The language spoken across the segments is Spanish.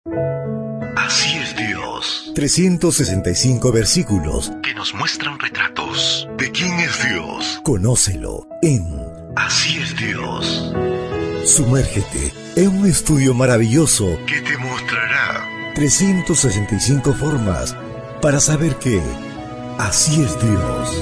Así es Dios. 365 versículos Que nos muestran retratos de quién es Dios. Conócelo en Así es Dios. Sumérgete en un estudio maravilloso Que te mostrará 365 formas para saber que así es Dios.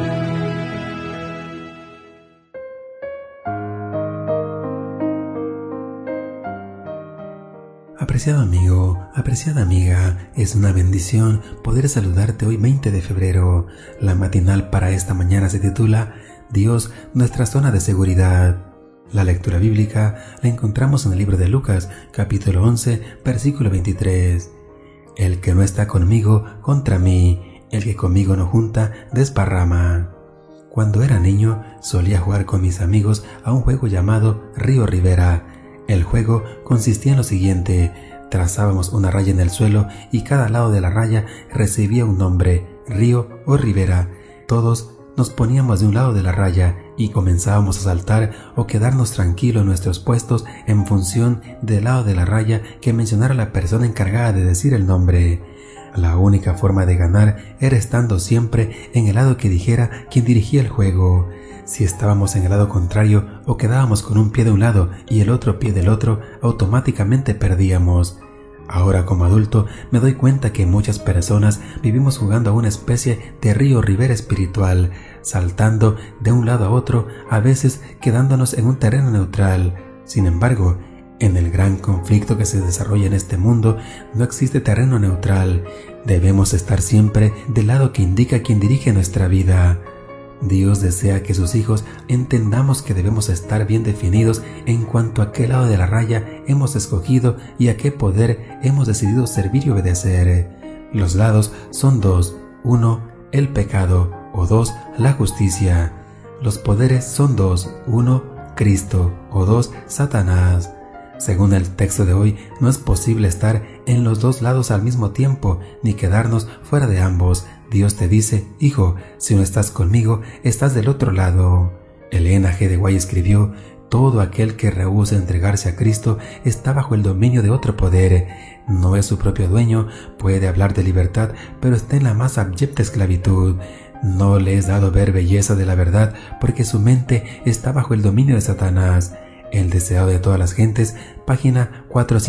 Apreciado amigo, apreciada amiga, es una bendición poder saludarte hoy 20 de febrero. La matinal para esta mañana se titula Dios, nuestra zona de seguridad. La lectura bíblica la encontramos en el libro de Lucas, capítulo 11, versículo 23. El que no está conmigo, contra mí, el que conmigo no junta, desparrama. Cuando era niño, solía jugar con mis amigos a un juego llamado Río Rivera. El juego consistía en lo siguiente: trazábamos una raya en el suelo y cada lado de la raya recibía un nombre, río o ribera. Todos nos poníamos de un lado de la raya y comenzábamos a saltar o quedarnos tranquilos en nuestros puestos en función del lado de la raya que mencionara la persona encargada de decir el nombre. La única forma de ganar era estando siempre en el lado que dijera quien dirigía el juego. Si estábamos en el lado contrario o quedábamos con un pie de un lado y el otro pie del otro, automáticamente perdíamos. Ahora como adulto me doy cuenta que muchas personas vivimos jugando a una especie de río ribera espiritual, saltando de un lado a otro, a veces quedándonos en un terreno neutral. Sin embargo, en el gran conflicto que se desarrolla en este mundo, no existe terreno neutral. Debemos estar siempre del lado que indica quien dirige nuestra vida. Dios desea que sus hijos entendamos que debemos estar bien definidos en cuanto a qué lado de la raya hemos escogido y a qué poder hemos decidido servir y obedecer. Los lados son dos: uno, el pecado, o dos, la justicia. Los poderes son dos: uno, Cristo, o dos, Satanás. Según el texto de hoy, no es posible estar en los dos lados al mismo tiempo, ni quedarnos fuera de ambos. Dios te dice: hijo, si no estás conmigo, estás del otro lado. Elena G. de White escribió: todo aquel que rehúsa entregarse a Cristo está bajo el dominio de otro poder. No es su propio dueño, puede hablar de libertad, pero está en la más abyecta esclavitud. No le es dado ver belleza de la verdad, porque su mente está bajo el dominio de Satanás. El deseado de todas las gentes, página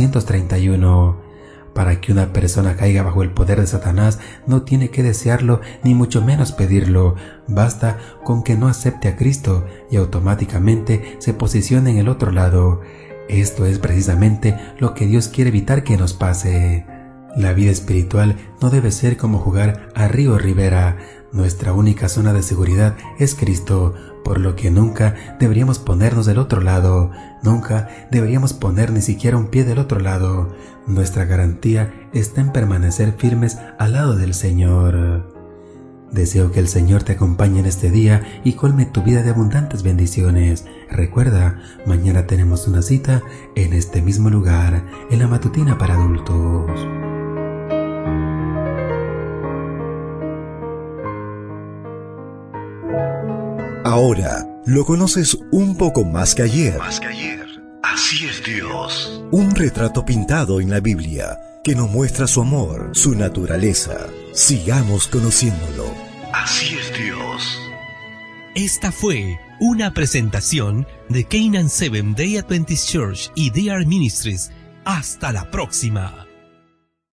431. Para que una persona caiga bajo el poder de Satanás, no tiene que desearlo ni mucho menos pedirlo. Basta con que no acepte a Cristo y automáticamente se posicione en el otro lado. Esto es precisamente lo que Dios quiere evitar que nos pase. La vida espiritual no debe ser como jugar a río ribera. Nuestra única zona de seguridad es Cristo, por lo que nunca deberíamos ponernos del otro lado. Nunca deberíamos poner ni siquiera un pie del otro lado. Nuestra garantía está en permanecer firmes al lado del Señor. Deseo que el Señor te acompañe en este día y colme tu vida de abundantes bendiciones. Recuerda, mañana tenemos una cita en este mismo lugar, en la matutina para adultos. Ahora lo conoces un poco más que ayer. Así es Dios. Un retrato pintado en la Biblia que nos muestra su amor, su naturaleza. Sigamos conociéndolo. Así es Dios. Esta fue una presentación de Canaan Seventh Day Adventist Church y DR Ministries. Hasta la próxima.